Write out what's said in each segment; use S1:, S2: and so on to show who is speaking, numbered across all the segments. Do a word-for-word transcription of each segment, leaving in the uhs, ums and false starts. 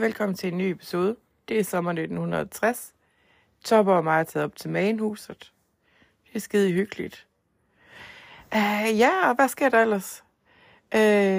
S1: velkommen til en ny episode. Det er sommer nitten tres. Topper og mig er taget op til Magenhuset. Det er skide hyggeligt. Uh, ja, og hvad sker der ellers? Uh,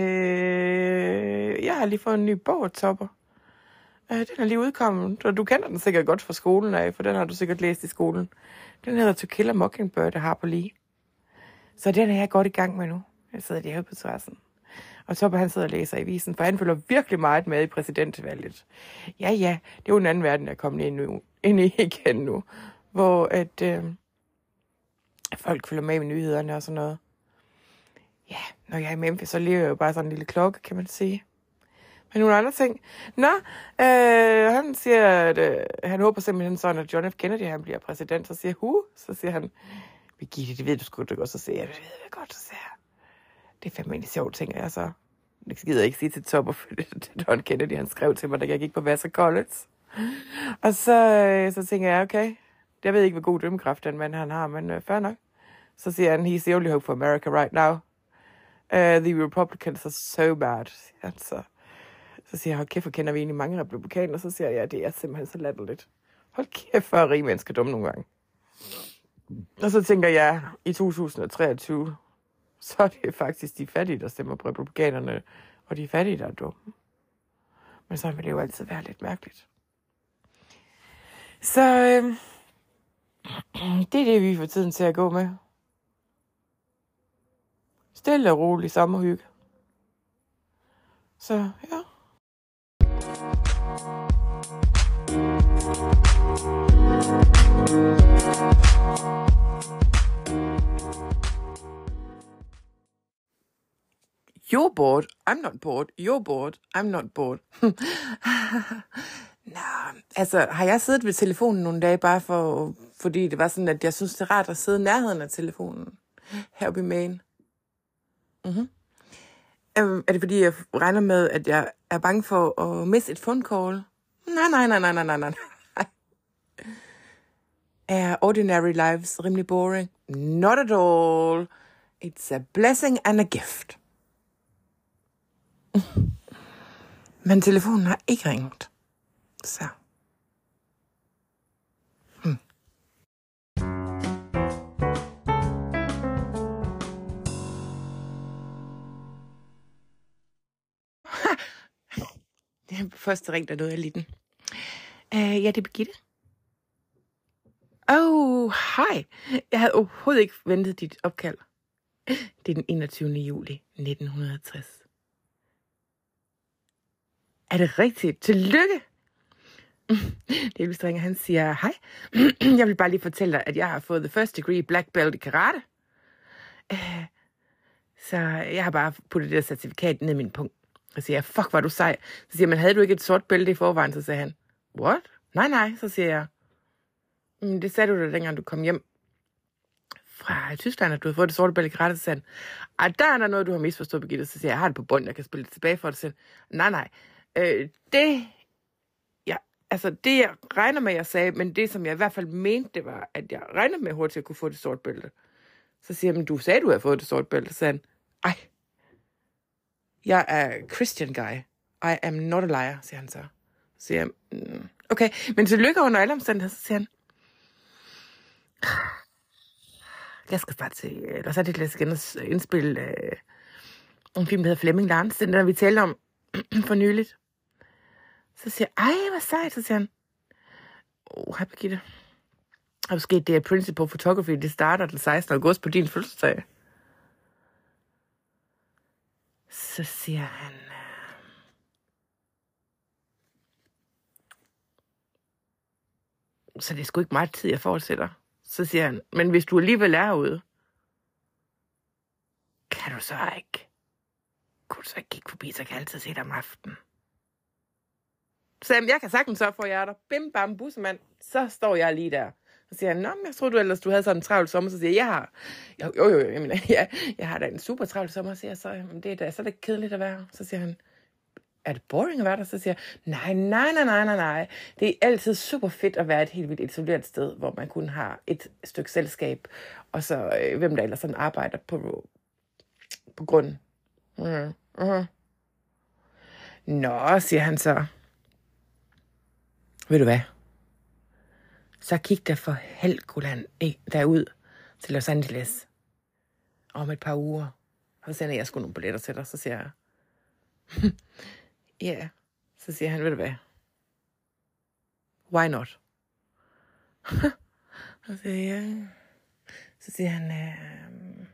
S1: jeg har lige fået en ny bog, Topper. Uh, den er lige udkommet, og du kender den sikkert godt fra skolen af, for den har du sikkert læst i skolen. Den hedder To Kill a Mockingbird af Harper Lee. Så den er jeg godt i gang med nu. Jeg sidder lige på terrassen. Og Topper, han sidder og læser i avisen, for han følger virkelig meget med i præsidentvalget. Ja, ja, det er jo en anden verden, der er kommet ind, nu, ind i igen nu. Hvor at, øh, folk følger med i nyhederne og sådan noget. Ja, når jeg er i Memphis, så lever jeg jo bare sådan en lille klokke, kan man sige. Men nogle andre ting. Nå, øh, han siger, at øh, han håber simpelthen sådan, at John F. Kennedy, han bliver præsident. Så siger hu, så siger han, Birgitte, det ved du sgu da godt. Så siger jeg, det ved jeg godt, så siger jeg. Det er fandme en sjov ting, jeg så. Det gider jeg ikke sige til Topper, for det John Kennedy, han skrev til mig, da jeg gik på Vassar College. Og så, så tænker jeg, okay, jeg ved ikke, hvor god dømmekraft den mand han har, men uh, fair nok. Så siger han, he's the only hope for America right now. Uh, the Republicans are so bad. Ja, så, så siger jeg, hold kæft, hvor kender vi egentlig mange republikanere. Så siger jeg, ja, det er simpelthen så latterligt. Hold kæft, for rige mennesker dumme nogle gange. Og så tænker jeg, i to tusind treogtyve, så er det faktisk de fattige, der stemmer på republikanerne, og de fattige, der er dumme. Men så vil det jo altid være lidt mærkeligt. Så øh, det er det, vi får tiden til at gå med. Stille og rolig sommerhygge. Så ja. You're bored. I'm not bored. You're bored. I'm not bored. Nå, altså, har jeg siddet ved telefonen nogle dage, bare for, fordi det var sådan, at jeg synes, det er rart at sidde i nærheden af telefonen. Heroppe i Maine. Mm-hmm. Um, er det fordi, jeg regner med, at jeg er bange for at miste et phone call? Nej, nej, nej, nej, nej, nej, nej. Er ordinary lives rimelig boring? Not at all. It's a blessing and a gift. Men telefonen har ikke ringet. Så. Hmm. Det er første ring, der nåede jeg lige den. Uh, ja, det er Birgitte. Oh, hej. Jeg havde overhovedet ikke ventet dit opkald. Det er den enogtyvende juli nitten tres. Er det rigtigt? Tillykke! Det er vist ringer, han siger, hej. Jeg vil bare lige fortælle dig, at jeg har fået the first degree black belt i karate. Uh, så jeg har bare puttet det der certifikat ned i min punkt. Så siger jeg, fuck, var du sej. Så siger jeg, men havde du ikke et sort bælte i forvejen? Så siger han, what? Nej, nej, så siger jeg, mm, det sagde du da, dengang du kom hjem fra Tyskland, at du havde fået det sorte bælte i karate. Så siger han, ah, der er der noget, du har misforstået, Birgitte. Så siger jeg, jeg har det på bånd, jeg kan spille det tilbage for dig. Så siger han, nej, nej. Øh, det, ja, altså det jeg regner med, jeg sagde, men det som jeg i hvert fald mente, det var, at jeg regner med hurtigt at kunne få det sorte bælte. Så siger jeg, men du sagde, du havde fået det sorte bælte. Så siger han, ej, jeg er Christian guy. I am not a liar, siger han så. Så siger jeg, mm, okay, men tillykke under alle omstændigheder, så siger han, jeg skal starte til, eller så er det lidt igen indspille øh, en film, der hedder Flemming Lance, den der vi talte om for nyligt. Så siger jeg, ej, hvor sejt, så siger han, åh, oh, hej Birgitte. Har du sket det, at Principal Photography, det starter den sekstende august på din fødselsdag? Så siger han, så det er sgu ikke meget tid, jeg fortsætter. Så siger han, men hvis du alligevel er herude, kan du så ikke, kunne du så ikke kigge forbi, så kan jeg altid se dig om aftenen. Så jeg kan sagtens sørge for, at jeg er der. Bim, bam, bussemand. Så står jeg lige der. Så siger han, nå, men jeg tror du ellers, du havde sådan en travl sommer. Så siger jeg, jeg har, jo, jo, jo, jeg, mener, jeg, jeg har da en super travl sommer. Så siger jeg, så, det er da, så er det kedeligt at være. Så siger han, er det boring at være der? Så siger jeg, nej, nej, nej, nej, nej, nej. Det er altid super fedt at være et helt vildt isoleret sted, hvor man kun har et stykke selskab, og så øh, hvem der ellers sådan arbejder på, på grunden. Mm, uh-huh. Nå, siger han så. Ved du hvad? Så kig der for Helgoland derud til Los Angeles om et par uger. Og så sender jeg sgu nogle billetter til dig, så siger jeg, ja, yeah. Så siger han, ved du hvad? Why not? så siger jeg, så siger han, øh...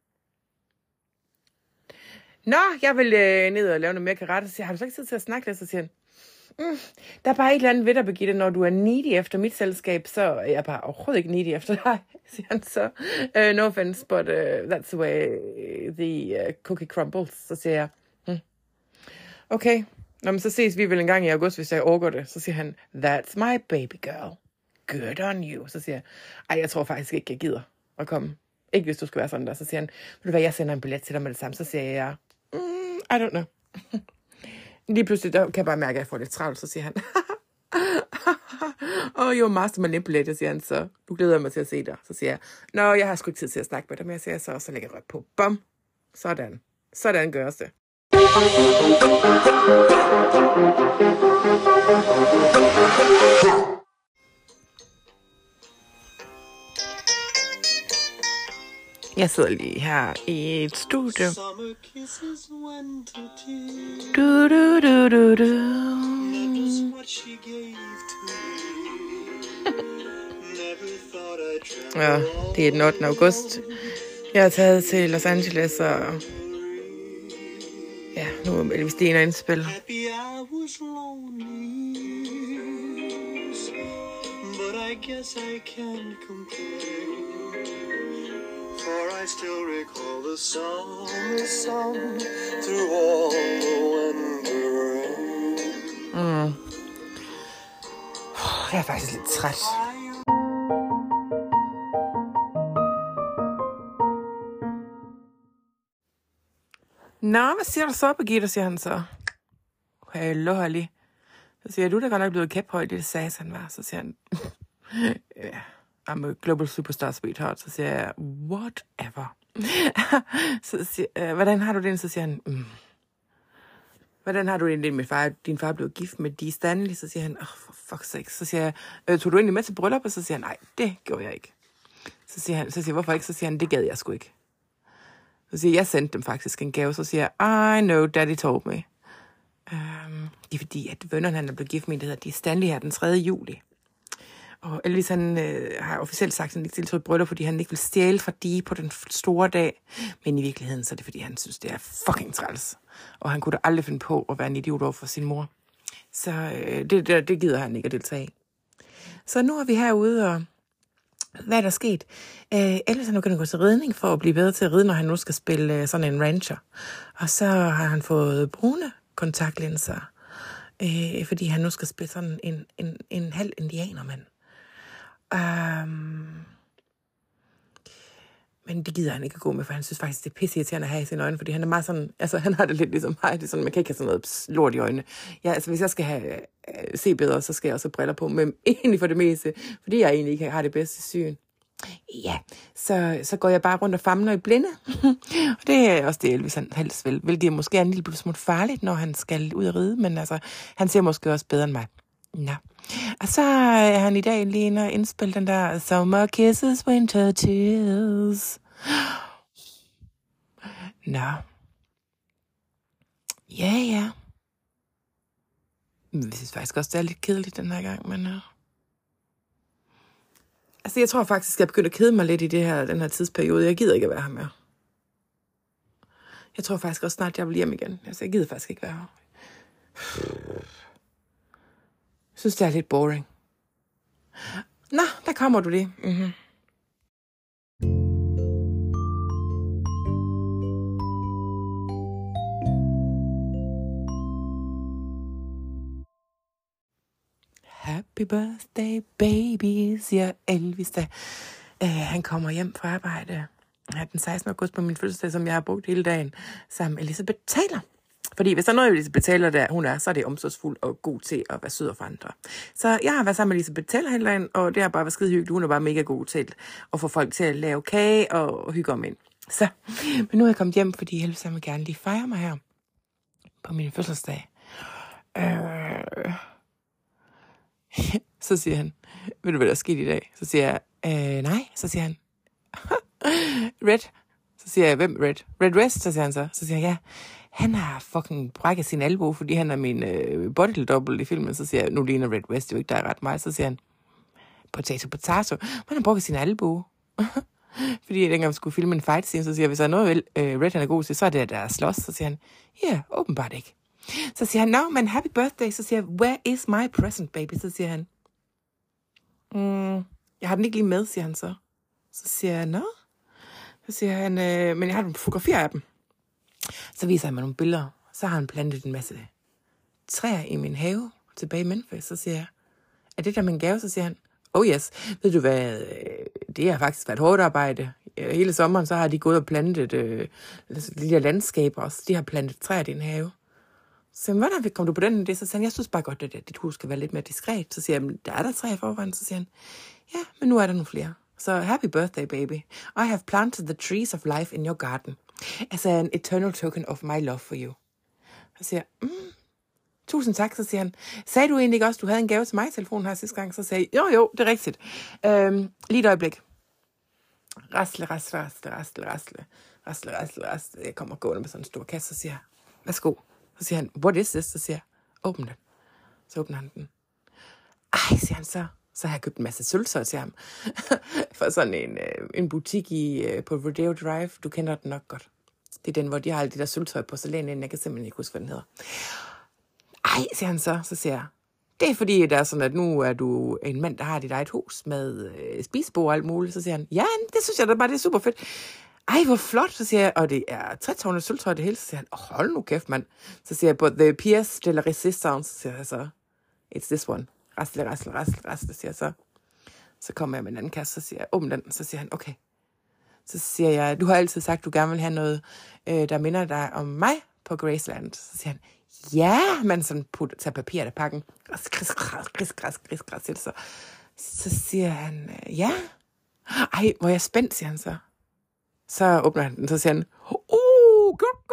S1: Nå, jeg vil øh, ned og lave noget mere karate. Så siger jeg, har du så ikke tid til at snakke lidt? Så siger han, mm, der er bare et eller andet ved dig, Birgitte, når du er needy efter mit selskab, så er jeg bare overhovedet ikke needy efter dig, siger han så. Uh, no offense, but uh, that's the way the uh, cookie crumbles. Så siger jeg, mm. okay, nå, men så ses vi vel en gang i august, hvis jeg overgår det. Så siger han, that's my baby girl. Good on you. Så siger jeg, ej, jeg tror faktisk ikke, jeg gider at komme. Ikke hvis du skal være sådan der. Så siger han, ved du hvad, jeg sender en billet til dig med det samme. Så siger jeg, mm, I don't know. Lige pludselig, der kan jeg bare mærke, at jeg får lidt travlt. Så siger han, oh, you're master manipulator, siger han så. Du glæder mig til at se dig. Så siger jeg, nå, jeg har sgu ikke tid til at snakke med dig, men jeg siger så, og så lægger jeg rødt på. Bum. Sådan. Sådan gøres det. Jeg sidder lige her i et studie. Du, du, du, du, du. Ja, det er den ottende august. Jeg er taget til Los Angeles, og ja, nu er Elvis Dina indspil. For I still recall the song, the song through all the winter rain. Mm. Jeg er faktisk lidt træt. Nå, hvad siger du så, Birgitte, siger han så. Hallo, halli. Så siger jeg, du der godt nok blevet kæphøjt, det sagde han var. Så siger han, ja. I'm a global superstar sweetheart. Så siger jeg, whatever. så siger, øh, hvordan har du det? Så siger han, mm. hvordan har du det? Min far, din far blev gift med Dee Stanley. Så siger han, oh, for fuck's sake. Så siger jeg, øh, tog du egentlig med til bryllup? Og så siger han, nej, det gjorde jeg ikke. Så siger han, så siger jeg, hvorfor ikke? Så siger han, det gad jeg sgu ikke. Så siger jeg, jeg sendte dem faktisk en gave. Så siger jeg, I know, daddy told me. Um, det er fordi, at vennerne, han er blevet gift med, det hedder Dee Stanley her den tredje juli. Og Elvis, han øh, har officielt sagt, at han ikke til et bryllup, fordi han ikke vil stjæle fra Dee på den store dag. Men i virkeligheden, så er det, fordi han synes, det er fucking træls. Og han kunne da aldrig finde på at være en idiot over for sin mor. Så øh, det, det, det gider han ikke at deltage i. Så nu er vi herude, og hvad er der sket? Øh, Elvis han er nu kan gå til ridning for at blive bedre til at ride, når han nu skal spille øh, sådan en rancher. Og så har han fået brune kontaktlinser, øh, fordi han nu skal spille sådan en, en, en halv indianermand. Um, men det gider han ikke at gå med, for han synes faktisk, det er pisseirriterende at have i sine øjne, fordi han er meget sådan, altså han har det lidt ligesom mig, det er sådan, man kan ikke have sådan noget lort i øjnene. Ja, altså hvis jeg skal have, øh, se bedre, så skal jeg også have briller på, men egentlig for det meste, fordi jeg egentlig ikke har det bedste syn. Ja, så, så går jeg bare rundt og famler i blinde, og det er også det, Elvis han helst vil, hvilket måske er en lille smule farligt, når han skal ud og ride, men altså, han ser måske også bedre end mig. Nå. Og så er han i dag lige inde og indspille den der Summer Kisses, Winter Tears. Nå. Ja, ja. Jeg synes faktisk også, det er lidt kedeligt den her gang, men... Uh... Altså, jeg tror faktisk, at jeg begynder at kede mig lidt i det her, den her tidsperiode. Jeg gider ikke at være her mere. Jeg tror faktisk også snart, jeg vil hjem igen. Altså, jeg gider faktisk ikke være her. Jeg synes, det er lidt boring. Nå, der kommer du det. Mm-hmm. Happy birthday, baby, siger Elvis da. Uh, han kommer hjem fra arbejde her den sekstende august på min fødselsdag, som jeg har brugt hele dagen, sammen med Elisabeth Taylor. Fordi hvis der er noget, Elisabeth Taylor der hun er, så er det omsorgsfuld og god til at være sød og for andre. Så jeg har været sammen med Elisabeth Taylor hele dagen, og det har bare været skide hyggeligt. Hun er bare mega god til at få folk til at lave kage og hygge om ind. Så, men nu er jeg kommet hjem, fordi Elvis vil gerne lige fejre mig her på min fødselsdag. Øh... Så siger han, ved du, hvad der er sket i dag? Så siger jeg, øh, nej. Så siger han, Red. Så siger jeg, hvem Red? Red West, så siger han så. Så siger jeg, ja, han har fucking brækket sin albue, fordi han er min øh, body double i filmen. Så siger jeg, nu ligner Red West jo ikke, der er ret meget. Så siger han, potato, potato. Han har brækket sin albue. Fordi jeg dengang skulle filme en fight scene, så siger jeg, hvis der er noget, øh, Red han er god til, så er det, der er slås. Så siger han, ja, yeah, åbenbart ikke. Så siger han, no, men happy birthday. Så siger jeg, where is my present, baby? Så siger han, mm, jeg har den ikke lige med, siger han så. Så siger jeg, no. Så siger han, øh, men jeg har nogle fotografier af dem. Så viser han mig nogle billeder. Så har han plantet en masse træer i min have tilbage i Memphis. Så siger jeg, er det der min gave? Så siger han, oh yes, ved du hvad, det har faktisk været hårdt arbejde. Hele sommeren, så har de gået og plantet øh, lille landskaber også. De har plantet træer i din have. Så siger han, hvordan kom du på den? Så siger han, jeg synes bare godt, at dit hus skal være lidt mere diskret. Så siger jeg, der er der træer i forvejen. Så siger han, ja, men nu er der nogle flere. Så happy birthday, baby. I have planted the trees of life in your garden. As an eternal token of my love for you. Så siger jeg, mm, tusind tak. Så siger han, sagde du egentlig ikke også, du havde en gave til mig i telefonen her sidste gang? Så sagde jeg, jo jo, det er rigtigt. Øhm, lige et øjeblik. Rasle, rasle, rasle, rasle, rasle, rasle, rasle, rasle. Jeg kommer gående med sådan en stor kasse, så siger jeg, værsgo. Så siger han, what is this? Så siger jeg, åbn den. Så åbner han den. Ej, siger han så. Så har jeg købt en masse sølvtøj til ham. For sådan en, en butik i, på Rodeo Drive. Du kender den nok godt. Det er den, hvor de har alle de der sølvtøj på porcelæn. Jeg kan simpelthen ikke huske, hvad den hedder. Ej, siger han så. Så siger jeg, det er fordi, det er sådan, at nu er du en mand, der har dit eget hus med øh, spisebord og alt muligt. Så siger han, ja, det synes jeg da bare, det er super fedt. Ej, hvor flot, så siger jeg, og det er tre-tårnet sølvtøj det hele. Så siger han, oh, hold nu kæft, mand. Så siger jeg, but the pièce de la résistance, så siger jeg så, it's this one. Rasle, rasle, rasle, rasle, siger jeg så. Så kommer jeg med en anden kasse, så siger jeg, åbn den. Så siger han, okay. Så siger jeg, du har altid sagt, du gerne vil have noget, øh, der minder dig om mig på Graceland. Så siger han, ja, man sådan putter, tager papir af pakken. Græs, græs, græs, græs, græs, græs, græs, græs, så. Så siger han, ja. Ej, hvor er jeg spændt, siger han så. Så åbner han den, så siger han, uh,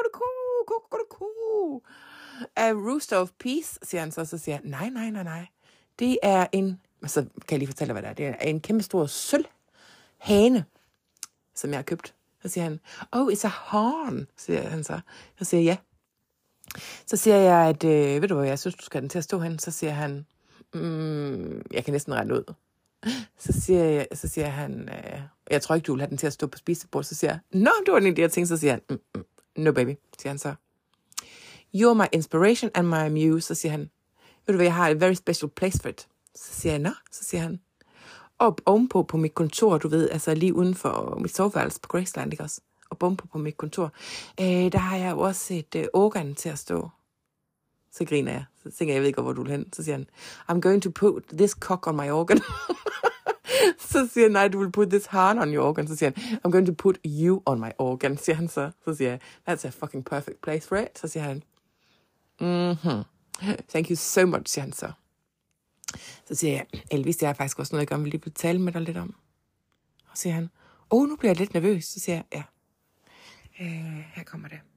S1: a rooster of peace, siger han så. Så siger han, nej, nej, nej, nej. Det er en, så kan jeg lige fortælle, hvad det er. Det er en kæmpe stor sølvhane, som jeg har købt. Så siger han, oh, it's a horn, siger han så. Så siger jeg, ja. Så siger jeg, at, øh, ved du hvad, jeg synes, du skal den til at stå hen. Så siger han, mm, jeg kan næsten regne ud. Så siger, jeg, så siger han, øh, jeg tror ikke, du vil have den til at stå på spisebordet. Så siger jeg, no, det var en af de her ting. Så siger han, mm, mm, no baby, siger han så. You're my inspiration and my muse. Så siger han, ved du hvad, jeg har et very special place for it. Så siger jeg, nå, så siger han, op ovenpå på mit kontor, du ved, altså lige uden for mit soveværelse på Graceland, ikke også? Og ovenpå på mit kontor, øh, der har jeg jo også et øh, organ til at stå. Så griner jeg. Så tænker jeg, jeg ved ikke, hvor du vil hen. Så siger han, I'm going to put this cock on my organ. Så siger han, nej, du vil put this heart on your organ. Så siger han, I'm going to put you on my organ, siger han så. Så siger jeg, that's a fucking perfect place for it. Så siger han, mhm. Thank you so much, siger han så. Så siger jeg, Elvis, det er faktisk også noget, jeg gerne vil lige vil tale med dig lidt om. Og så siger han, åh, oh, nu bliver jeg lidt nervøs. Så siger jeg, ja, øh, her kommer det.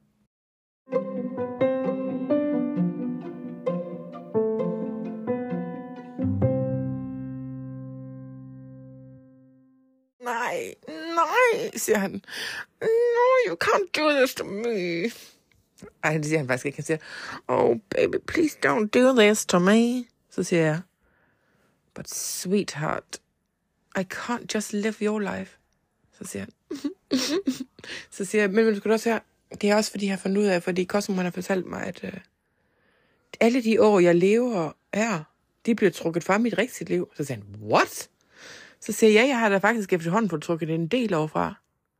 S1: Nej, nej, siger han. No, you can't do this to me. Ej, det siger han faktisk ikke. Han siger, oh baby, please don't do this to me. Så siger jeg, but sweetheart, I can't just live your life. Så siger han, så siger jeg, men, men du skal også høre, det er også fordi, jeg har fundet ud af, fordi Cosmo har fortalt mig, at uh, alle de år, jeg lever her, de bliver trukket fra mit rigtige liv. Så siger han, what? Så siger jeg, ja, jeg har da faktisk efterhånden fået trukket en del år fra.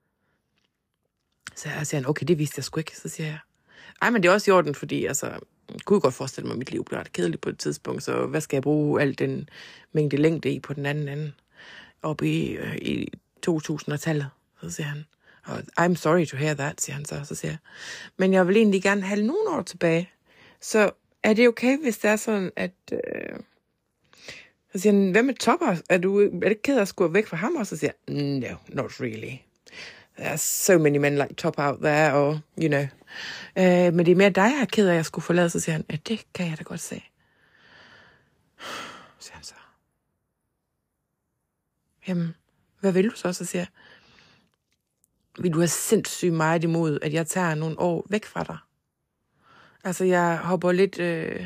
S1: Så siger han, okay, det vidste jeg sgu ikke. Så siger jeg, ej, men det er også i orden, fordi altså, jeg kunne godt forestille mig, at mit liv bliver ret kedeligt på et tidspunkt, så hvad skal jeg bruge al den mængde længde i på den anden ende, oppe i, øh, i to tusind-tallet, så siger han. Og I'm sorry to hear that, siger han så. Så siger jeg, men jeg vil egentlig gerne have nogle år tilbage, så er det okay, hvis det er sådan, at... Øh... Så siger han, hvad med Topper? Er du er det ked af at skulle væk fra ham? Og så siger jeg, no, not really. There are so many men like Topper out there, og you know. Uh, men det er mere dig, jeg er ked af, at jeg skulle forlade. Så siger han, ja, det kan jeg da godt se. Så siger han så. Jamen, hvad vil du så? Så siger jeg, vil du have sindssygt meget imod, at jeg tager nogle år væk fra dig? Altså, jeg hopper lidt øh,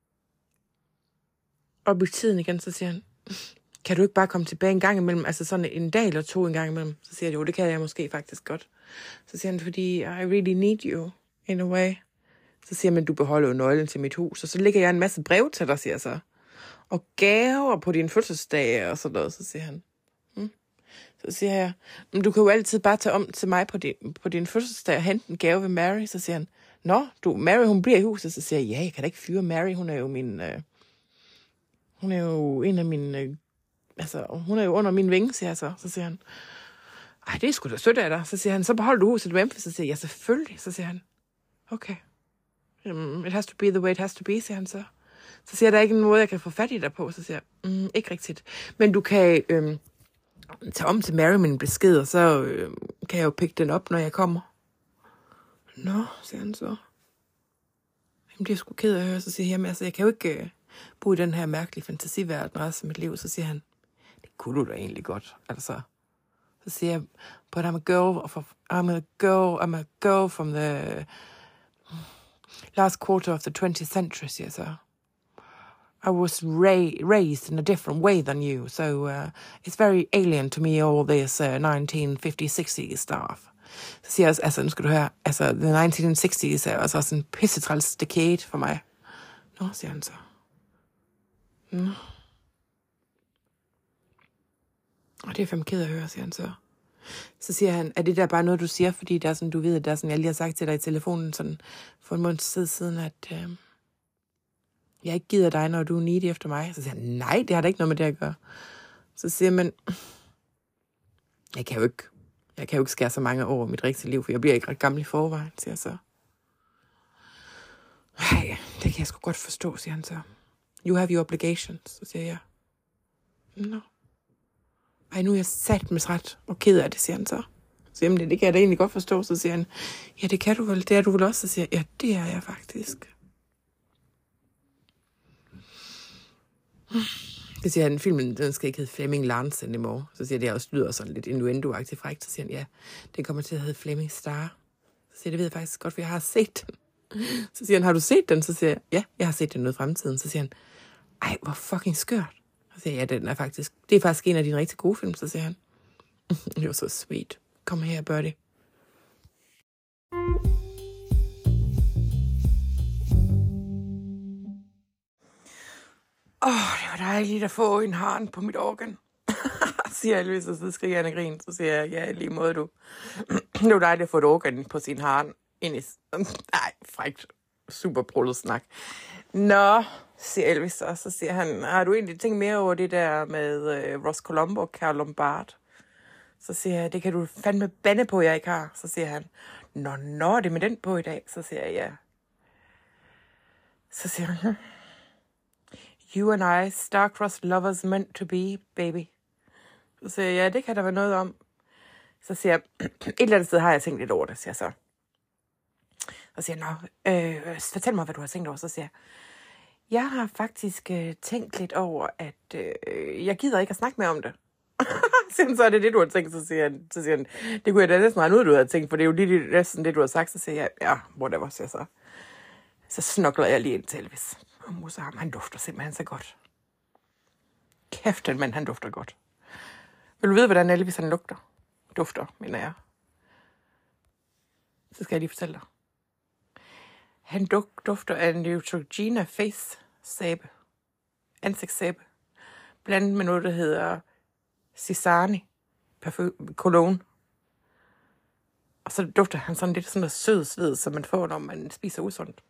S1: op i tiden igen, så siger han, kan du ikke bare komme tilbage en gang imellem, altså sådan en dag eller to en gang imellem? Så siger jeg, jo, det kan jeg måske faktisk godt. Så siger han, fordi I really need you, in a way. Så siger han, men du beholder jo nøglen til mit hus, og så lægger jeg en masse brev til dig, siger jeg så. Og gaver på din fødselsdag, og sådan noget, så siger han. Hmm. Så siger jeg, men du kan jo altid bare tage om til mig på din, på din fødselsdag og hente en gave ved Mary. Så siger han, nå, du, Mary, hun bliver i huset. Så siger jeg, ja, jeg kan da ikke fyre Mary, hun er jo min, øh, hun er jo en af mine, øh, altså, hun er jo under min vinge, siger jeg så. Så siger han, ej, det er sgu da sødt af dig. Så siger han, så beholder du huset i Memphis. Så siger jeg, ja, selvfølgelig. Så siger han, okay. Um, it has to be the way it has to be, siger han så. Så siger jeg, der er ikke en måde, jeg kan få fat i dig på. Så siger jeg, mm, ikke rigtigt. Men du kan øhm, tage om til Mary min besked, og så øhm, kan jeg jo pikke den op, når jeg kommer. Nå, siger han så. Jamen, det er sgu ked af at høre. Så siger jeg, jamen, altså, jeg kan jo ikke øh, bo i den her mærkelige fantasiverden resten af mit liv. Så siger han, det kunne du da egentlig godt. Altså, så siger jeg, but I'm a girl, of, I'm a girl, I'm a girl from the last quarter of the twentieth century, siger jeg så. I was ra- raised in a different way than you, so uh, it's very alien to me, all this uh, nineteen fifties, sixties stuff. Så siger jeg, altså, nu skal du høre, altså, the nineteen sixties er altså også en pissetræls decade for mig. Nå, siger han så. Nå. Og det er fandme ked at høre, siger han så. Så siger han, er det der bare noget, du siger, fordi der er sådan, du ved, at der er sådan, jeg lige har sagt til dig i telefonen sådan, for en måned siden, at øh, jeg ikke gider dig, når du er needy efter mig. Så siger han, nej, det har da ikke noget med det at gøre. Så siger man, jeg kan jo ikke, jeg kan jo ikke skære så mange år i mit rigtige liv, for jeg bliver ikke ret gammel i forvejen, siger jeg så. Nej, det kan jeg sgu godt forstå, siger han så. You have your obligations, så siger jeg. Nå. No. Ej, nu er jeg sat med ret og ked af det, siger han så. Så jamen, det kan jeg da egentlig godt forstå. Så siger han, ja, det kan du vel, det er du vel også. Så siger jeg, ja, det er jeg faktisk. Så siger han, filmen, den skal ikke hedde Fleming Lance anymore. Så siger jeg, det også lyder sådan lidt innuendo-agtigt frækt. Så siger han, ja, det kommer til at hedde Fleming Star. Så siger jeg, det ved jeg faktisk godt, for jeg har set den. Så siger han, har du set den? Så siger jeg, ja, jeg har set den noget i fremtiden. Så siger han, ej, hvor fucking skørt. Så siger jeg, ja, den er faktisk, det er faktisk en af dine rigtig gode film, så siger han. You're so sweet. Kom her, birdie. Åh, oh, det var dejligt at få en harn på mit organ. Siger Elvis, og så skriger han og grin. Så siger jeg, ja, lige måde du. Det var dejligt at få et organ på sin harn. Ind i... Ej, frækt. Super brullet snak. Nå, siger Elvis så. Så siger han, har du egentlig tænkt mere over det der med øh, Ross Colombo og Carole Lombard? Så siger jeg, det kan du fandme bande på, jeg ikke har. Så siger han, nå, nå, det er med den på i dag. Så siger jeg, ja. Så siger han, you and I, star-crossed lovers meant to be, baby. Så siger jeg, ja, det kan der være noget om. Så siger jeg, et eller andet sted har jeg tænkt lidt over det, siger jeg så. Så siger jeg, nå, øh, fortæl mig, hvad du har tænkt over. Så siger jeg, jeg har faktisk øh, tænkt lidt over, at øh, jeg gider ikke at snakke mere om det. Så er det det, du har tænkt, så siger han, så siger han det kunne jeg da næsten regne ud, du havde tænkt, for det er jo lige det, næsten det, du har sagt. Så siger jeg, ja, whatever, siger jeg så. Så snokler jeg lige ind til Elvis. Og Musa ham, han dufter simpelthen så godt. Kæft, den mand, han dufter godt. Vil du vide, hvordan Elvis han lugter? Dufter, mener jeg. Så skal jeg lige fortælle dig. Han dufter af en Neutrogena face sæbe. Ansigtssæbe. Blandet med noget, der hedder Cisani parfume, cologne. Og så dufter han sådan lidt sådan noget sød sved, som man får, når man spiser usundt.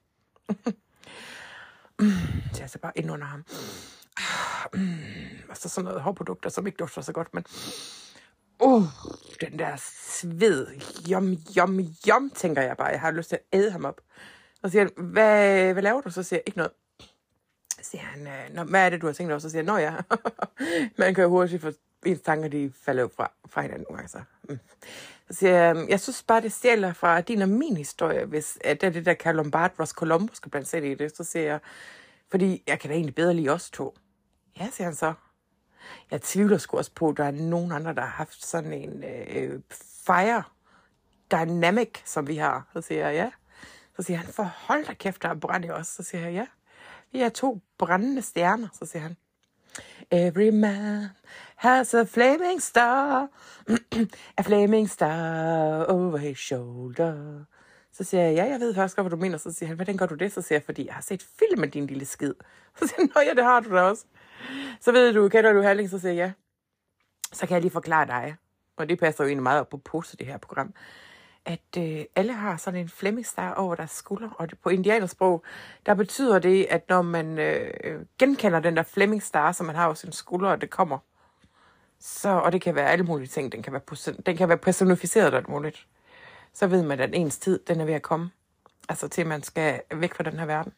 S1: mm, det er altså bare ind under ham. Mm, og så sådan noget hårprodukter, som ikke dufter så godt, men uh, den der sved, jom, jom, jom, tænker jeg bare. Jeg har lyst til at æde ham op. Og så siger han, hvad, hvad laver du? Så siger jeg, ikke noget. Så siger han, Nå, hvad er det, du har tænkt over? Så siger jeg, nå ja. Man kan jo hurtigt få ens tanker, de falder jo fra, fra hinanden nogle gange. Så. Mm. Så siger jeg, jeg synes bare, det stjæler fra din og min historie, hvis at det er det der Carole Lombard, Ross Colombo skal blandt sætte i det. Så siger jeg, fordi jeg kan da egentlig bedre lide os to. Ja, siger han så. Jeg tvivler sgu også på, at der er nogen andre, der har haft sådan en øh, fire dynamic, som vi har. Så siger jeg, ja. Så siger han, for hold da kæft, der er brand i os. Så siger jeg, ja. Vi er to brændende stjerner. Så siger han, every man has a flaming star, a flaming star over his shoulder. Så siger jeg, ja, jeg ved faktisk godt, hvad du mener. Så siger han, hvordan gør du det? Så siger jeg, fordi jeg har set film med din lille skid. Så siger han, nå ja, det har du da også. Så ved du, kender du Herling? Så siger jeg, ja. Så kan jeg lige forklare dig, og det passer jo egentlig meget op på post i det her program, at øh, alle har sådan en Fleming Star over deres skulder, og det, på indianersprog, der betyder det, at når man øh, genkender den der Fleming Star, som man har over sin skulder, og det kommer, så, og det kan være alle mulige ting, den kan være, den kan være personificeret og muligt, så ved man, at ens tid, den er ved at komme, altså til man skal væk fra den her verden.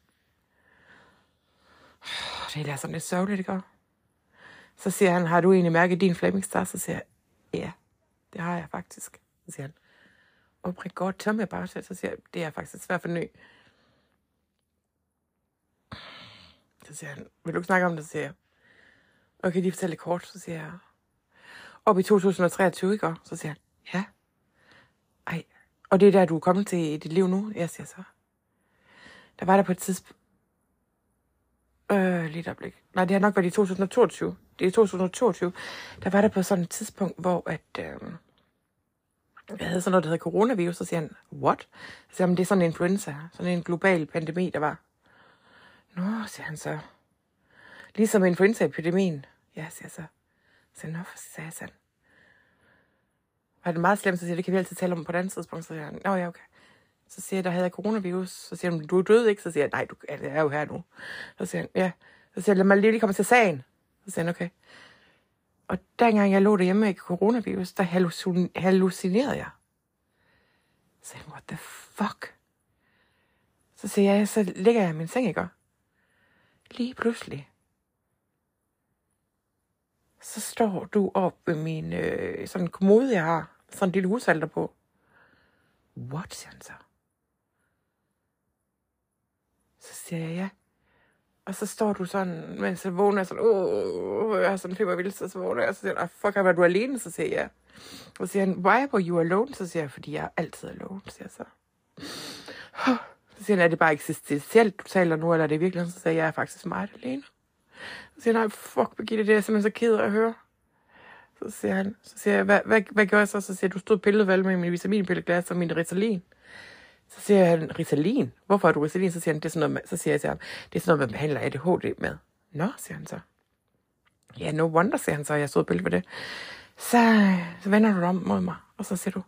S1: Det er sådan lidt sørgeligt, ikke? Så siger han, har du egentlig mærket din Fleming Star? Så siger jeg, ja, det har jeg faktisk. Så siger han, oh my god, tell me about it. Så siger jeg, det er faktisk svært for ny. Så siger han, vil du ikke snakke om det? Så siger jeg, okay, lige fortælle lidt kort. Så siger jeg, op i to tusind og treogtyve, ikke? Så siger han, ja. Ej, og det er der, du er kommet til i dit liv nu? Jeg siger så, der var der på et tidspunkt, Øh, lige et øjeblik. Nej, det har nok været i to tusind og toogtyve. Det er i to tusind og toogtyve. Der var der på sådan et tidspunkt, hvor at, øh, jeg havde sådan noget, der hedder coronavirus. Så siger han, what? Så siger han, det er sådan en influenza. Sådan en global pandemi, der var. Nå, siger han så. Ligesom influenzaepidemien. Ja, siger jeg så. Så siger han, nå, for satan. Var det meget slemt, så siger jeg, det kan vi altid tale om på et andet tidspunkt. Så siger han, nå ja, okay. Så siger jeg, der havde jeg coronavirus. Så siger han, du er død, ikke? Så siger jeg, nej, du er jo her nu. Så siger han, ja. Så siger jeg, lad mig lige komme til sagen. Så siger han, okay. Og dengang jeg lå derhjemme med coronavirus, der hallucin- hallucinerede jeg. Så siger han, what the fuck? Så siger jeg, så ligger jeg i min seng, ikke? Lige pludselig. Så står du op ved min øh, sådan en kommode, jeg har. Sådan en lille hushalter på. What, siger han så? Så siger jeg, ja. Og så står du sådan, mens jeg vågner, sådan, åh, jeg har sådan en febervildelse, så vågner jeg, og så siger jeg, fuck, var du alene? Så siger jeg, og så siger han, why were you alone? Så siger jeg, fordi jeg er altid alone, siger jeg så. Så siger han, er det bare eksistentielt, du taler nu, eller er det virkelig? Så siger jeg, jeg er faktisk meget alene. Så siger han, nej, fuck, Birgitte, det er jeg simpelthen så ked af at høre. Så siger han, så siger jeg, hvad, hvad, hvad gør jeg så? Så siger jeg, du stod pillet valg med min vitaminpilleglas og min Ritalin. Så siger han, Ritalin? Hvorfor har du Ritalin? Så siger han, det er sådan noget, så siger jeg til ham, det er sådan noget, man behandler A D H D med. Nå, siger han så. Ja, no wonder, siger han så, jeg stod pillet ved det. Så, så vender du dig om mod mig, og så siger du,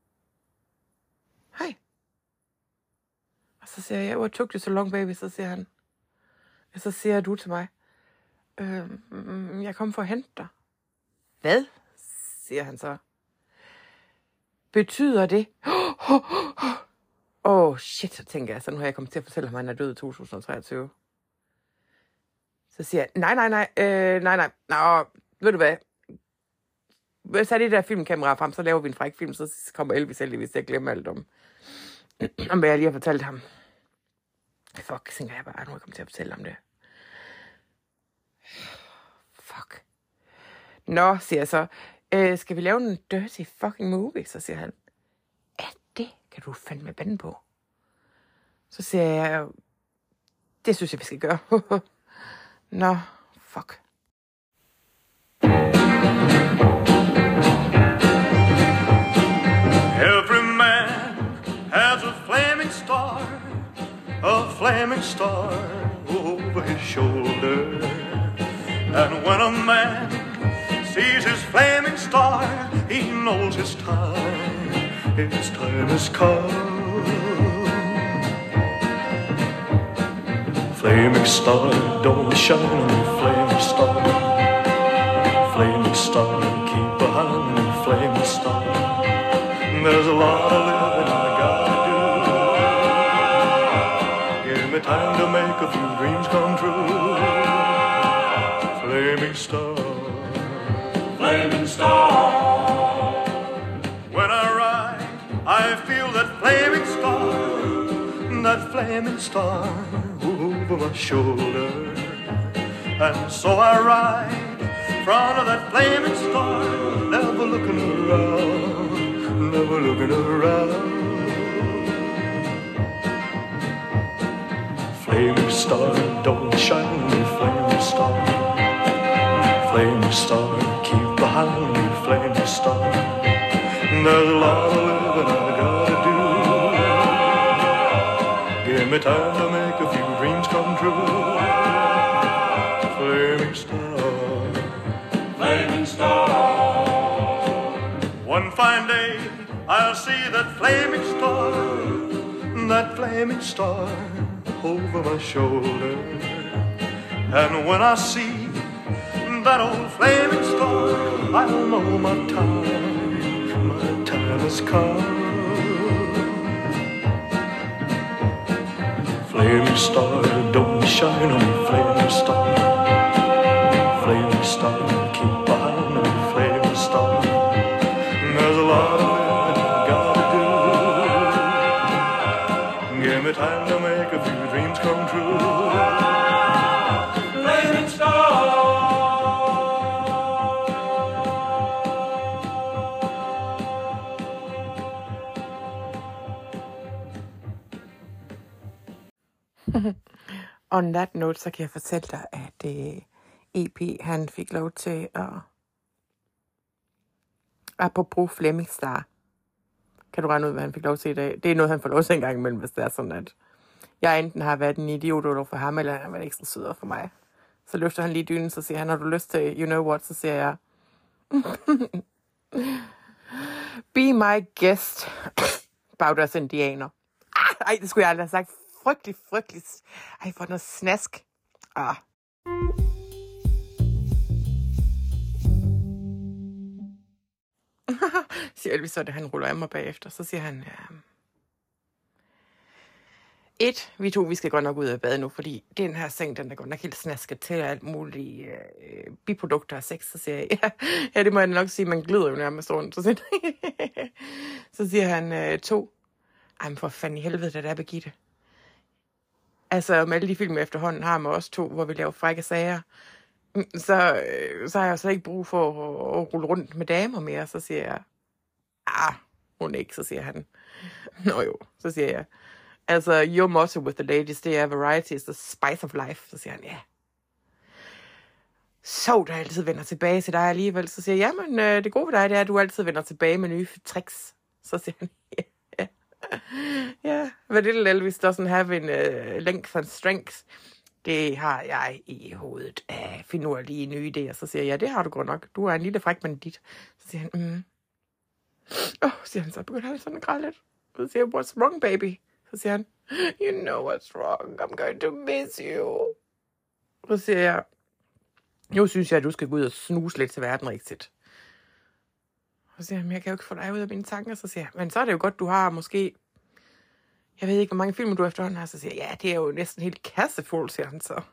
S1: hej. Og så siger jeg, what took you so long, baby? Så siger han, og så siger du til mig, øh, jeg kom for at hente dig. Hvad? Siger han så. Betyder det? Åh, oh, shit, så tænker jeg, så nu har jeg kommet til at fortælle ham, at han er død i to tusind og treogtyve. Så siger jeg, nej, nej, nej, øh, nej, nej, nå, ved du hvad? Hvis jeg det der filmkamera frem, så laver vi en fræk film, så kommer Elvis heldigvis til at glemme alt om, om hvad jeg lige har fortalt ham. Fuck, tænker jeg bare, nu er jeg kommet til at fortælle om det. Fuck. Nå, siger jeg så, øh, skal vi lave en dirty fucking movie? Så siger han, ja, det kan du fandme bande på. Så siger jeg, det synes jeg, vi skal gøre. Nå, fuck.
S2: Every man has a flaming star, a flaming star over his shoulder. And when a man sees his flaming star, he knows his time, his time has come. Flaming star, don't shine on me, flaming star. Flaming star, keep behind me, flaming star. There's a lot of living I gotta do. Give me time to make a few dreams come true. Flaming star, flaming star. When I ride, I feel that flaming star, that flaming star over my shoulder. And so I ride front of that flaming star, never looking around, never looking around. Flaming star, don't shine on me, flaming star. Flaming star, keep behind me, flaming star. There's a lot of living I gotta do. Give me time to make a few dreams come true. Flaming star, flaming star. One fine day I'll see that flaming star, that flaming star over my shoulder. And when I see that old flaming star, I'll know my time, my time has come. Flaming star, don't shine on me, flaming star. Flaming star, keep behind me, flaming star. There's a lot of living I gotta do. Give me time to make a few dreams come true. Flaming star.
S1: On that note, så kan jeg fortælle dig, at øh, E P han fik lov til at... Apropos Flaming Star. Kan du regne ud, hvad han fik lov til i dag? Det er noget, han får lov til en gang imellem, hvis det er sådan, at jeg enten har været en idiot over for ham, eller han har været ekstra sød over for mig. Så løfter han lige dynen, så siger han, har du lyst til, you know what, så siger jeg, be my guest, bagdørs indianer. Ah, ej, det skulle jeg aldrig have sagt. Frygtelig, frygtelig. Ej, for noget snask. Ah. siger Elvis så, da han ruller af mig bagefter. Så siger han, øh, et, vi to, vi skal godt nok ud af bad nu, fordi den her seng, den er godt nok helt snasket til alt muligt øh, biprodukter af sex. Så siger jeg, ja, ja, det må jeg nok sige, man glider jo nærmest rundt. Så siger, så siger han, øh, to, ej, men for fanden i helvede, det er Birgitte. Altså, med alle de film efterhånden har man også to, hvor vi laver frække sager. Så, øh, så har jeg så ikke brug for at, at rulle rundt med damer mere. Så siger jeg, ah, hun ikke. Så siger han, nå jo. Så siger jeg, altså, your motto with the ladies, det er variety is the spice of life. Så siger han, ja. Yeah. Så der altid vender tilbage til dig alligevel. Så siger jeg, jamen, øh, det gode ved dig, det er, at du altid vender tilbage med nye tricks. Så siger han, ja. Yeah. Ja, hvad little Elvis doesn't have in uh, length and strength. Det har jeg i hovedet af finurlige nye idéer. Så siger jeg, ja, det har du godt nok. Du er en lille fræk bandit. Så siger han, mm. Åh, oh, siger han så, begynder han sådan at græde lidt. Så siger jeg, what's wrong, baby? Så siger han, you know what's wrong. I'm going to miss you. Så siger jeg, nu synes jeg, at du skal gå ud og snuse lidt til verden rigtigt. Så siger han, jeg kan jo ikke få dig ud af mine tanker. Så siger jeg, men så er det jo godt, du har måske, jeg ved ikke, hvor mange film du efterhånden har. Så siger jeg, ja, det er jo næsten helt kassefuld, siger han så.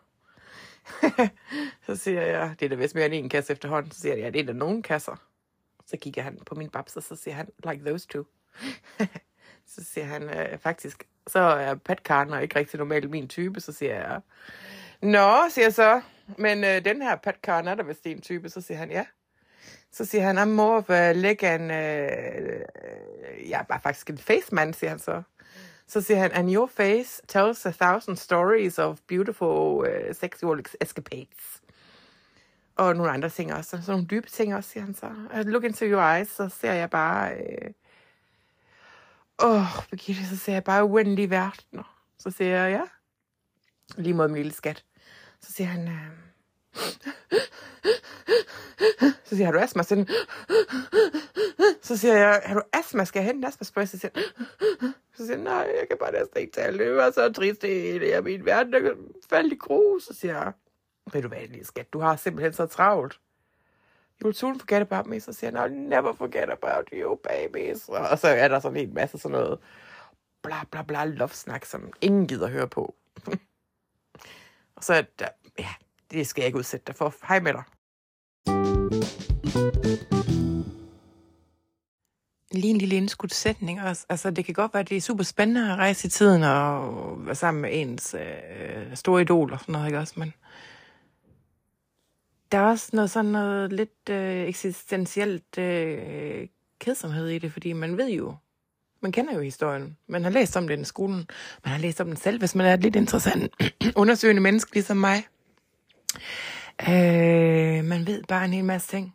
S1: Så siger jeg, det er da vist mere end en kasse efterhånden. Så siger jeg, ja, det er da nogle kasser. Så kigger han på min babs, og så siger han, like those two. Så siger han, øh, faktisk, så er Pat Carner ikke rigtig normalt min type. Så siger jeg, nå, siger jeg så, men øh, den her Pat Carner er der vist en type. Så siger han, ja. Så siger han, I'm more of a leg and, uh, ja, bare faktisk en face man, siger han så. Så siger han, and your face tells a thousand stories of beautiful uh, sexual escapades. Og nogle andre ting også, sådan nogle dybe ting også, siger han så. Look into your eyes, så ser jeg bare, åh, uh, oh, Birgitte, så ser jeg bare uendelige verdener. Så siger jeg, ja, lige mod min lille skat. Så siger han, uh, så siger jeg, har du astma? Så, så siger jeg, har du astma? Skal jeg hente en astma-spray? Så siger jeg, så siger jeg, nej, jeg kan bare næsten ikke tale. Det var så trist, det er min verden, der faldt i grus. Så siger jeg, ved du hvad, lille skat, du har simpelthen så travlt. You will soon forget about me. Så siger jeg, no, never forget about you, babies. Og så er der sådan en masse sådan noget bla bla bla love-snak, som ingen gider høre på. Og så, der, ja, det skal jeg ikke udsætte dig for. Hej med dig. Lige en lille indskudt sætning også. Altså, det kan godt være, at det er super spændende at rejse i tiden og være sammen med ens øh, store idol og sådan noget, ikke også? Men der er også noget sådan noget lidt øh, eksistentielt øh, kedsomhed i det, fordi man ved jo, man kender jo historien. Man har læst om den i skolen. Man har læst om den selv, hvis man er et lidt interessant undersøgende menneske, ligesom mig. Øh, man ved bare en hel masse ting,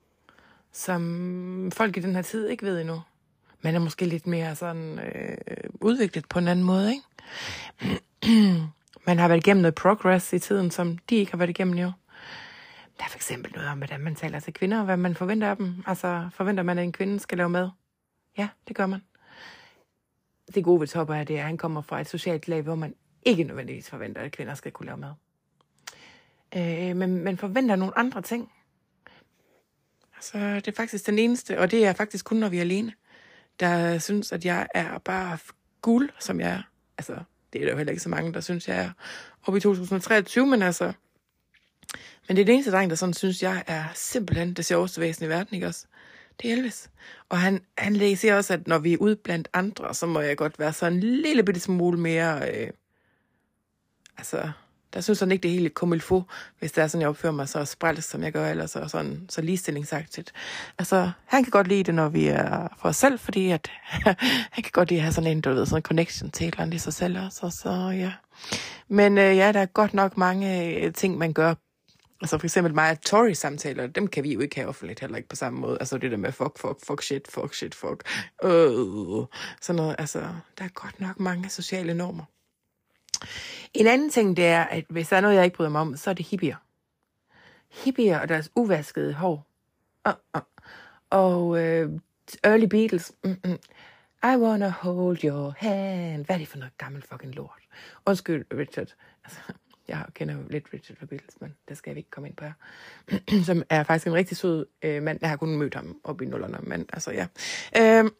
S1: som folk i den her tid ikke ved endnu. Man er måske lidt mere sådan øh, udviklet på en anden måde, ikke? Man har været igennem noget progress i tiden, som de ikke har været igennem jo. Der er for eksempel noget om, hvordan man taler til kvinder, og hvad man forventer af dem. Altså, forventer man, at en kvinde skal lave mad? Ja, det gør man. Det gode ved Topper er, det er, at han kommer fra et socialt lag, hvor man ikke nødvendigvis forventer, at kvinder skal kunne lave mad. Øh, men man forventer nogle andre ting. Altså, det er faktisk den eneste, og det er faktisk kun, når vi er alene, der synes, at jeg er bare guld, som jeg er. Altså, det er der jo heller ikke så mange, der synes, jeg er oppe i to tusind og treogtyve, men altså... Men det er den eneste dreng, der sådan synes, jeg er simpelthen det sjoveste væsen i verden, ikke også? Det er Elvis. Og han, han siger også, at når vi er ude blandt andre, så må jeg godt være sådan en lille bitte smule mere... Øh, altså, der synes han ikke, det er helt comme il faut, hvis det er sådan, jeg opfører mig så sprældt, som jeg gør, eller så, sådan, så ligestillingsagtigt. Altså, han kan godt lide det, når vi er for os selv, fordi at, han kan godt lide at have sådan en, du ved, sådan en connection til et eller andet i sig selv også, så ja. Men øh, ja, der er godt nok mange øh, ting, man gør. Altså for eksempel mig og Tory-samtaler, dem kan vi jo ikke have offentligt heller ikke på samme måde. Altså det der med fuck, fuck, fuck, shit, fuck, shit, fuck. Øh, sådan noget, altså der er godt nok mange sociale normer. En anden ting, det er, at hvis der er noget, jeg ikke bryder mig om, så er det hippier. Hippier og deres uvaskede hår. Uh, uh. Og uh, early Beatles. Mm-mm. I wanna hold your hand. Hvad er det for noget gammel fucking lort? Undskyld, Richard. Altså... Jeg kender jo lidt Richard fra Beatles, men det skal vi ikke komme ind på her. Som er faktisk en rigtig sød øh, mand. Jeg har kun mødt ham op i nullerne, men altså ja. Øh,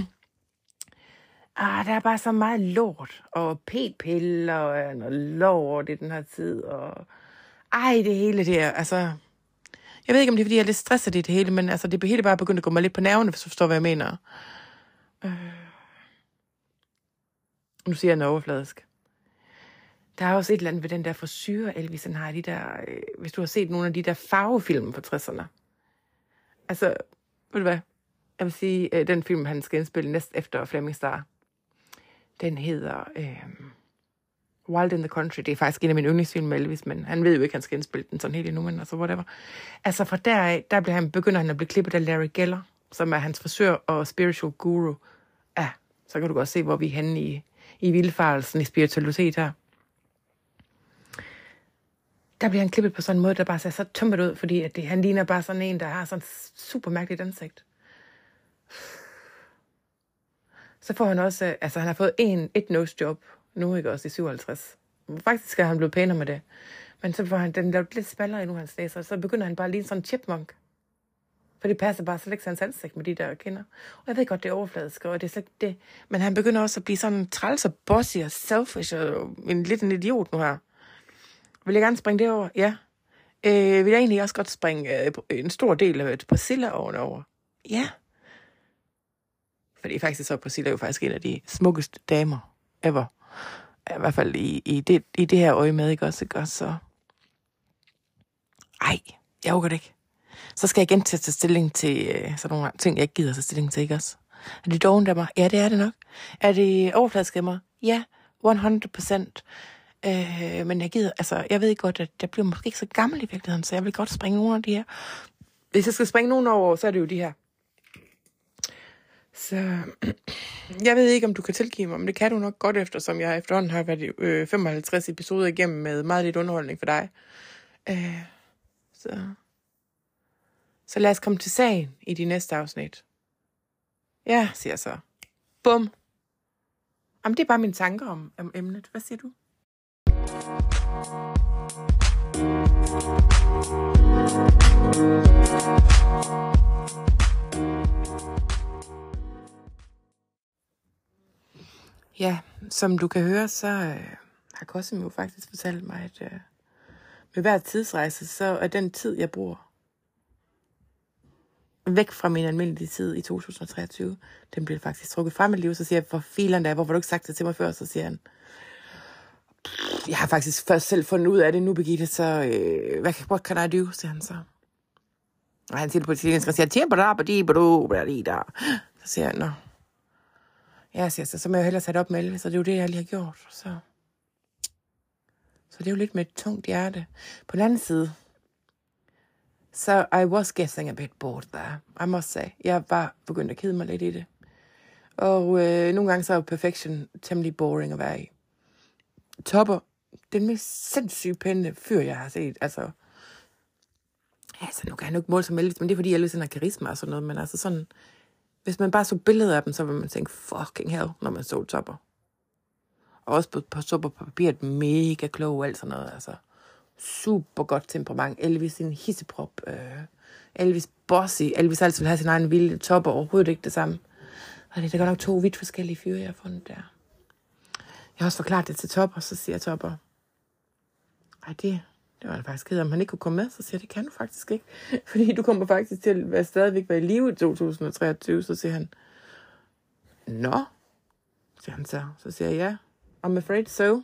S1: ah, der er bare så meget lort, og p-piller, og noget lort i den her tid, og ej, det hele det er, altså... Jeg ved ikke, om det er, fordi jeg er lidt stresset i det hele, men altså, det hele bare begyndt at gå mig lidt på nervene, hvis du forstår, hvad jeg mener. Øh. Nu siger jeg noget overfladisk. Der er også et eller andet ved den der frisyre, Elvis, han har de der, øh, hvis du har set nogle af de der farvefilm fra tresserne. Altså, ved du hvad? Jeg vil sige, øh, den film, han skal indspille næst efter Flaming Star, den hedder øh, Wild in the Country. Det er faktisk en af mine yndlingsfilm med Elvis, men han ved jo ikke, han skal indspille den sådan helt endnu, men altså whatever. Altså fra deraf, der bliver han, begynder han at blive klippet af Larry Geller, som er hans frisør og spiritual guru. Ja, så kan du godt se, hvor vi er henne i, i vildfarelsen, i spiritualitet her. Der bliver han klippet på sådan en måde, der bare ser så tømmet ud, fordi at det, han ligner bare sådan en, der har sådan super mærkeligt ansigt. Så får han også, altså han har fået en, et nose-job, nu ikke også i syvoghalvtreds. Faktisk er han blevet pænere med det. Men så får han den lavet lidt spallere endnu, hans næser, så begynder han bare at ligne sådan en chipmunk. For det passer bare slet ikke til hans ansigt med de der kinder. Og jeg ved godt, det er overfladisk, og det er slet ikke det. Men han begynder også at blive sådan træls og bossy og selfish og en lidt en idiot nu her. Vil jeg gerne springe det over? Ja. Øh, vil jeg egentlig også godt springe øh, en stor del af Priscilla ovenover? Ja. Fordi faktisk så er Priscilla jo faktisk en af de smukkeste damer ever. I hvert fald i, i, det, i det her øje med, ikke også? Ikke også? Så... Ej, jeg overgår det ikke. Så skal jeg igen til at tage stilling til øh, sådan nogle ting, jeg ikke gider at tage stilling til, ikke også? Er det doven, der mig? Ja, det er det nok. Er det overfladskæmmer? Ja, hundrede procent. Øh, men jeg gider, altså, jeg ved godt, at jeg bliver måske ikke så gammel i virkeligheden, så jeg vil godt springe nogle af de her. Hvis jeg skal springe nogen over, så er det jo de her. Så jeg ved ikke, om du kan tilgive mig, men det kan du nok godt, eftersom jeg efterhånden har været øh, femoghalvtreds episoder igennem med meget lidt underholdning for dig. Øh, så. så lad os komme til sagen i de næste afsnit. Ja, siger jeg så. Bum. Jamen, det er bare mine tanker om, om emnet. Hvad siger du? Ja, som du kan høre, så øh, har Cosimo jo faktisk fortalt mig, at øh, med hver tidsrejse, så er den tid, jeg bruger væk fra min almindelige tid i to tusind og treogtyve, den bliver faktisk trukket frem i livet. Så siger jeg, for filen der, hvorfor har du ikke sagt det til mig før? Så siger han, jeg har faktisk først selv fundet ud af det nu, Birgitte, så øh, hvad, what can I do, siger han så. Og han siger det på italiensk, og siger, tjemper der, badi, badu, badi, der. Så siger jeg, nå. Ja, siger så, så må jeg hellere sætte op med Elvis, så det er jo det, jeg lige har gjort. Så. så det er jo lidt med et tungt hjerte. På den anden side, så I was getting a bit bored there, I must say. Jeg var begyndt at kede mig lidt i det. Og øh, nogle gange så er Perfection temmelig boring at være i. Topper, den mest sindssygt pæne fyr, jeg har set. Altså, altså nu kan han jo ikke måle som Elvis, men det er fordi Elvis har karisma og sådan noget. Men altså sådan, hvis man bare så billeder af dem, så vil man tænke, fucking hell, når man så Topper. Og også på, på super på papiret, mega klog og alt sådan noget. Altså, super godt temperament. Elvis sin hisseprop. Øh, Elvis bossy. Elvis altid vil have sin egen vilde. Topper overhovedet ikke det samme. Og det er godt nok to vidt forskellige fyre, jeg har fundet der. Jeg har også forklaret det til Topper, så siger Topper, ej, det, det var han faktisk ked, om han ikke kunne komme med. Så siger jeg, det kan du faktisk ikke. Fordi du kommer faktisk til at være stadigvæk være i live i to tusind og treogtyve. Så siger han, nå, siger han så. Så siger jeg, ja, I'm afraid so.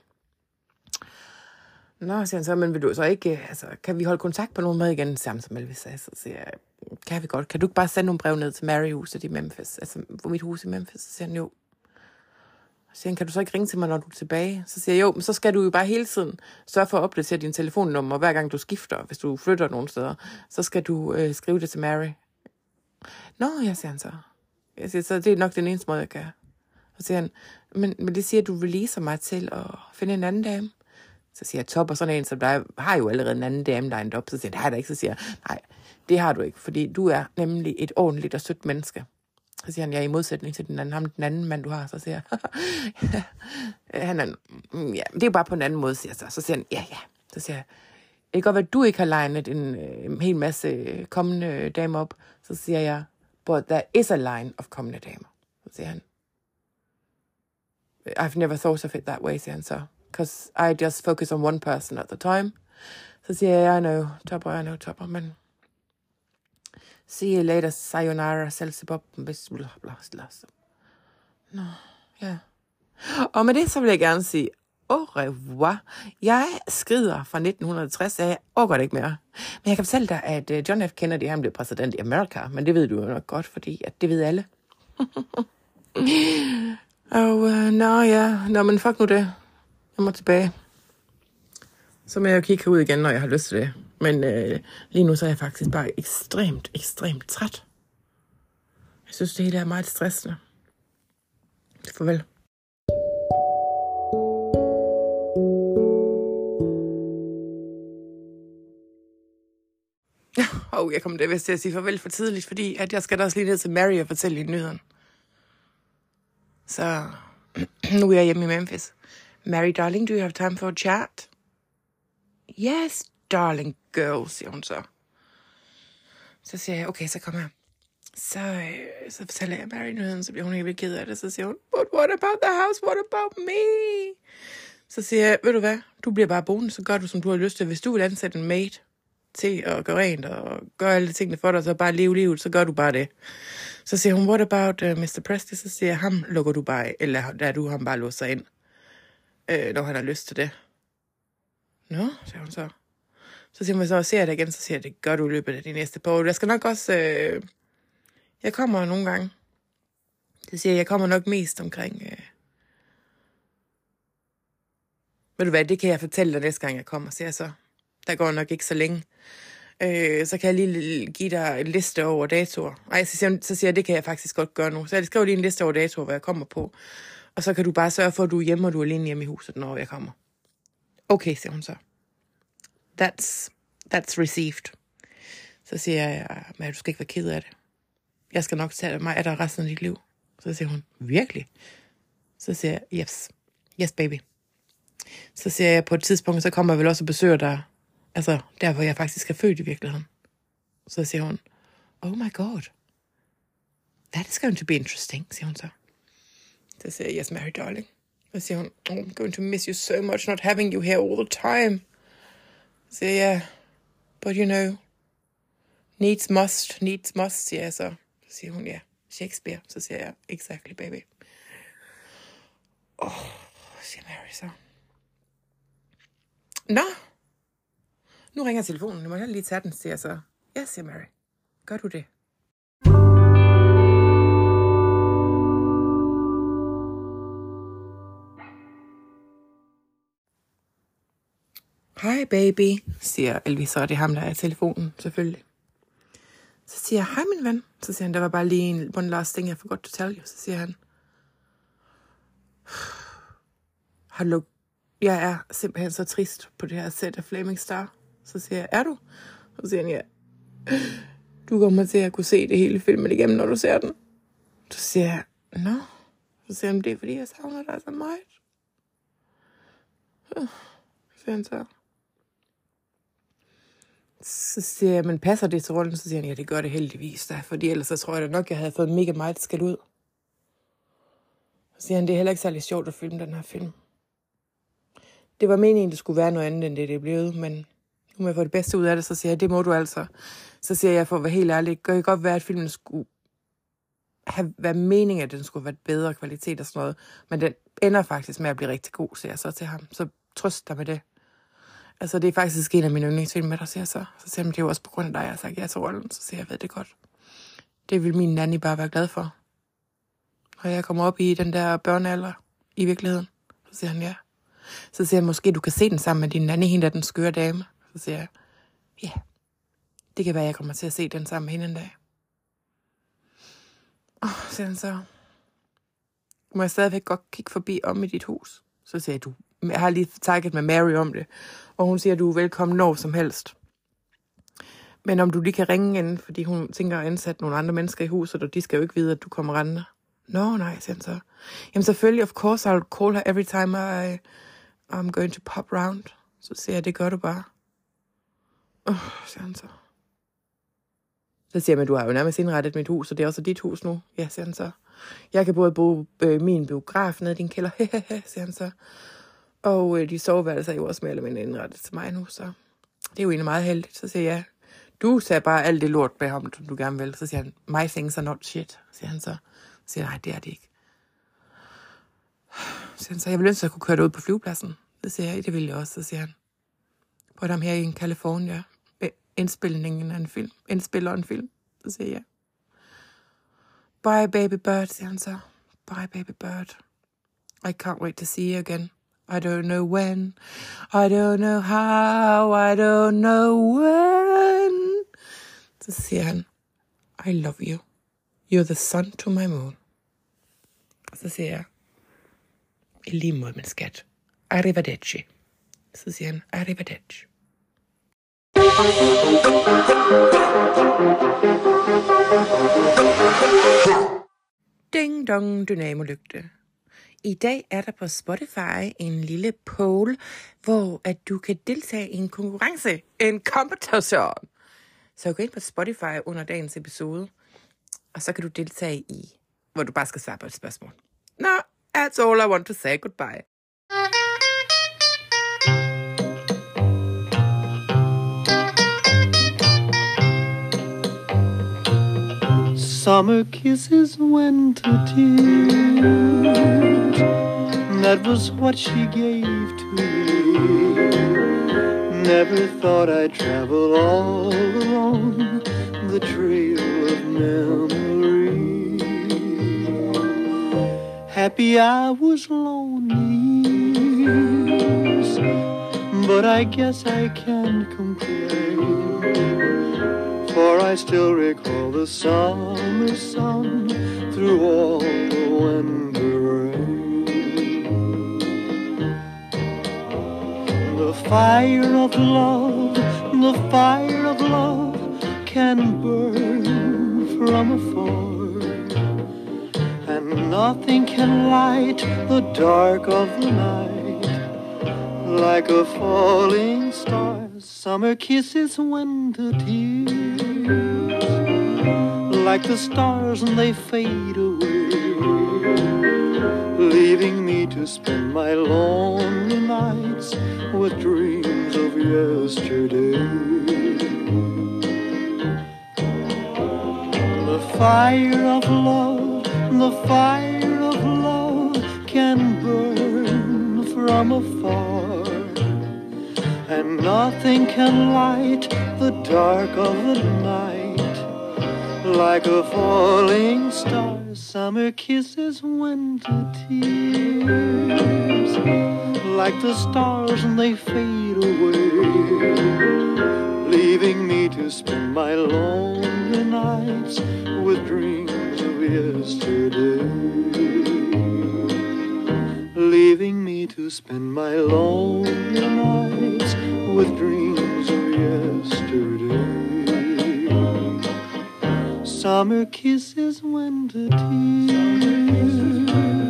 S1: Nå, siger han så, men vil du så ikke, altså, kan vi holde kontakt på nogen måde igen, sammen som Elvis sagde. Så siger jeg, kan vi godt. Kan du ikke bare sende nogle brev ned til Mary-huset i Memphis? Altså, på mit hus i Memphis. Så siger han, jo. Så siger han, kan du så ikke ringe til mig, når du er tilbage? Så siger jeg, jo, men så skal du jo bare hele tiden sørge for at opdatere din telefonnummer, hver gang du skifter, hvis du flytter nogle steder. Så skal du øh, skrive det til Mary. Nå, ja, siger han så. Jeg siger, så det er nok den eneste måde, jeg kan. Så siger han, men, men det siger, at du releaser mig til at finde en anden dame. Så siger jeg, Topper, sådan en som dig, har jo allerede en anden dame lined op. Så siger jeg, det har jeg ikke. Så siger jeg, nej, det har du ikke, fordi du er nemlig et ordentligt og sødt menneske. Så siger han, jeg er i modsætning til den anden, ham, den anden mand, du har. Så siger jeg, han er, ja, det er jo bare på en anden måde, siger jeg så. Så siger han, ja, ja. Så siger jeg, det kan godt være, at du ikke har legnet en, en hel masse kommende damer op. Så siger jeg, but there is a line of kommende damer. Så siger han, I've never thought of it that way, siger han så. Because I just focus on one person at the time. Så siger jeg, I know, Topper, I know, Topper, men see you later, sayonara, Selsebop, bla bla bla. Nå, ja. Og med det, så vil jeg gerne sige, au revoir. Jeg skrider fra nitten tres, og jeg overgår det ikke mere. Men jeg kan fortælle dig, at John F. Kennedy, han blev præsident i Amerika, men det ved du jo nok godt, fordi at det ved alle. Og uh, nå ja, nå, men fuck nu det. Jeg må tilbage. Så må jeg jo kigge ud igen, når jeg har lyst til det. Men øh, lige nu så er jeg faktisk bare ekstremt, ekstremt træt. Jeg synes, det hele er meget stressende. Farvel. Åh, oh, jeg kommer det vist til at sige farvel for tidligt, fordi at jeg skal da også lige ned til Mary og fortælle hende nyheden. Så nu er jeg hjemme i Memphis. Mary, darling, do you have time for a chat? Yes, darling girl, siger hun så. Så siger jeg, okay, så kom her. Så, øh, så fortæller jeg Mary nyheden, så bliver hun helt vildt ked af det. Så siger hun, but what about the house? What about me? Så siger jeg, ved du hvad? Du bliver bare boende, så gør du, som du har lyst til. Hvis du vil ansætte en maid til at gøre rent og gøre alle de tingene for dig, så bare leve livet, så gør du bare det. Så siger hun, what about uh, mister Presley? Så siger jeg, ham lukker du bare, eller der du ham bare låser ind, øh, når han har lyst til det. Nå, siger hun så. Så siger hun, så ser jeg det igen, så siger jeg, det gør du i løbet af de næste par år. Jeg skal nok også, øh, jeg kommer nogle gange. Det siger jeg, jeg kommer nok mest omkring, øh, ved du hvad, det kan jeg fortælle dig næste gang jeg kommer, siger jeg så. Der går nok ikke så længe. Øh, så kan jeg lige give dig en liste over datoer. Ej, så siger, så siger jeg, det kan jeg faktisk godt gøre nu. Så jeg skriver lige en liste over datoer, hvor jeg kommer på. Og så kan du bare sørge for, at du er hjemme, og du er alene hjemme i huset, når jeg kommer. Okay, siger hun så. That's, that's received. Så siger jeg, men du skal ikke være ked af det. Jeg skal nok tage mig af dig resten af dit liv. Så siger hun, virkelig? Så siger jeg, yes. Yes, baby. Så siger jeg, på et tidspunkt, så kommer jeg vel også og besøger dig. Altså, der hvor jeg faktisk er født i virkeligheden. Så siger hun, oh my god. That is going to be interesting, siger hun så. Så siger jeg, yes, Mary, darling. Så siger hun, oh, I'm going to miss you so much not having you here all the time. Så siger jeg, but you know, needs must, needs must, siger jeg så. Så siger hun, ja, yeah, Shakespeare. Så siger jeg, exactly, baby. Åh, oh, siger Mary så. Nå, nu ringer telefonen. Nu må jeg lige tage den, siger jeg så. Ja, siger Mary. Gør du det? Hej baby, siger Elvis, og det er ham, der er i telefonen, selvfølgelig. Så siger jeg, hej min ven. Så siger han, der var bare lige en one last thing, jeg forgot to tell you. Så siger han, hallo, jeg er simpelthen så trist på det her sæt af Flaming Star. Så siger jeg, er du? Så siger han, ja. Du kommer til at kunne se det hele filmen igennem, når du ser den. Så siger jeg, nå. Så siger han, det er fordi, jeg savner dig så meget. Så siger han så. Så siger jeg, men passer det til rollen? Så siger han, ja, det gør det heldigvis da, fordi ellers så tror jeg da nok, jeg havde fået mega meget skæld ud. Så siger han, det er heller ikke særlig sjovt at filme den her film. Det var meningen, det skulle være noget andet, end det, det er blevet, men nu må jeg få det bedste ud af det, så siger jeg, det må du altså. Så siger jeg, for at være helt ærlig, det kan godt være, at filmen skulle have været meningen, at den skulle have været bedre kvalitet og sådan noget, men den ender faktisk med at blive rigtig god, siger jeg så til ham. Så trøst dig med det. Altså, det er faktisk en af mine yndlingsfilm med dig, siger jeg så. Så siger han, det er jo også på grund af dig, jeg har sagt ja til rollen. Så siger jeg, jeg ved det godt. Det vil min nanny bare være glad for. Og jeg kommer op i den der børnealder i virkeligheden. Så siger han, ja. Så siger han, måske du kan se den sammen med din nanny, hende der den skøre dame. Så siger jeg, ja. Det kan være, jeg kommer til at se den sammen med hende en dag. Åh, oh, siger han så. Må jeg stadigvæk godt kigge forbi om i dit hus? Så siger jeg, du, jeg har lige takket med Mary om det. Og hun siger, at du er velkommen når som helst. Men om du lige kan ringe ind, fordi hun tænker at ansætte nogle andre mennesker i huset, og de skal jo ikke vide, at du kommer rendende. Nå, no, nej, siger han så. Jamen selvfølgelig, of course, I'll call her every time I, I'm going to pop round. Så siger jeg, det gør du bare. Åh, oh, siger han så. Så siger jeg, du har jo nærmest indrettet mit hus, og det er også dit hus nu. Ja, siger han så. Jeg kan både bo øh, min biograf nede i din kælder, siger han så. Og øh, de soveværelser er jo også mere eller mindre indrettet til mig nu, så det er jo egentlig meget heldigt. Så siger jeg, du sagde bare alt det lort med ham, du gerne vil. Så siger han, my things are not shit, siger han så. Så siger jeg, nej, det er det ikke. Så siger han så, jeg vil ønske, at jeg kunne køre dig ud på flyvepladsen. Så siger jeg, det vil jeg også. Så siger han, på dem her i California, indspilningen af en film, indspiller en film. Så siger jeg, bye baby bird, siger han så. Bye baby bird. I can't wait to see you again. I don't know when, I don't know how, I don't know when. Så siger han, I love you. You're the sun to my moon. Og så siger jeg, i lige måde, min skat. Arrivederci. Så siger han, arrivederci. Ding dong, dynamolygte. I dag er der på Spotify en lille poll, hvor at du kan deltage i en konkurrence, en competition. Så gå ind på Spotify under dagens episode, og så kan du deltage i, hvor du bare skal svare på et spørgsmål. Nå, that's all I want to say. Goodbye.
S2: Summer kisses went to tears. That was what she gave to me. Never thought I'd travel all along the trail of memory. Happy I was lonely, but I guess I can't complain. For I still recall the summer sun through all the winter rain. The fire of love, the fire of love can burn from afar, and nothing can light the dark of the night like a falling star. Summer kisses went to tears, like the stars and they fade away, leaving me to spend my lonely nights with dreams of yesterday. The fire of love, the fire of love can burn from afar, and nothing can light the dark of the night like a falling star. Summer kisses, winter tears, like the stars and they fade away, leaving me to spend my lonely nights with dreams of yesterday. Leaving me to spend my lonely nights with dreams of yesterday. Summer kisses, winter tears.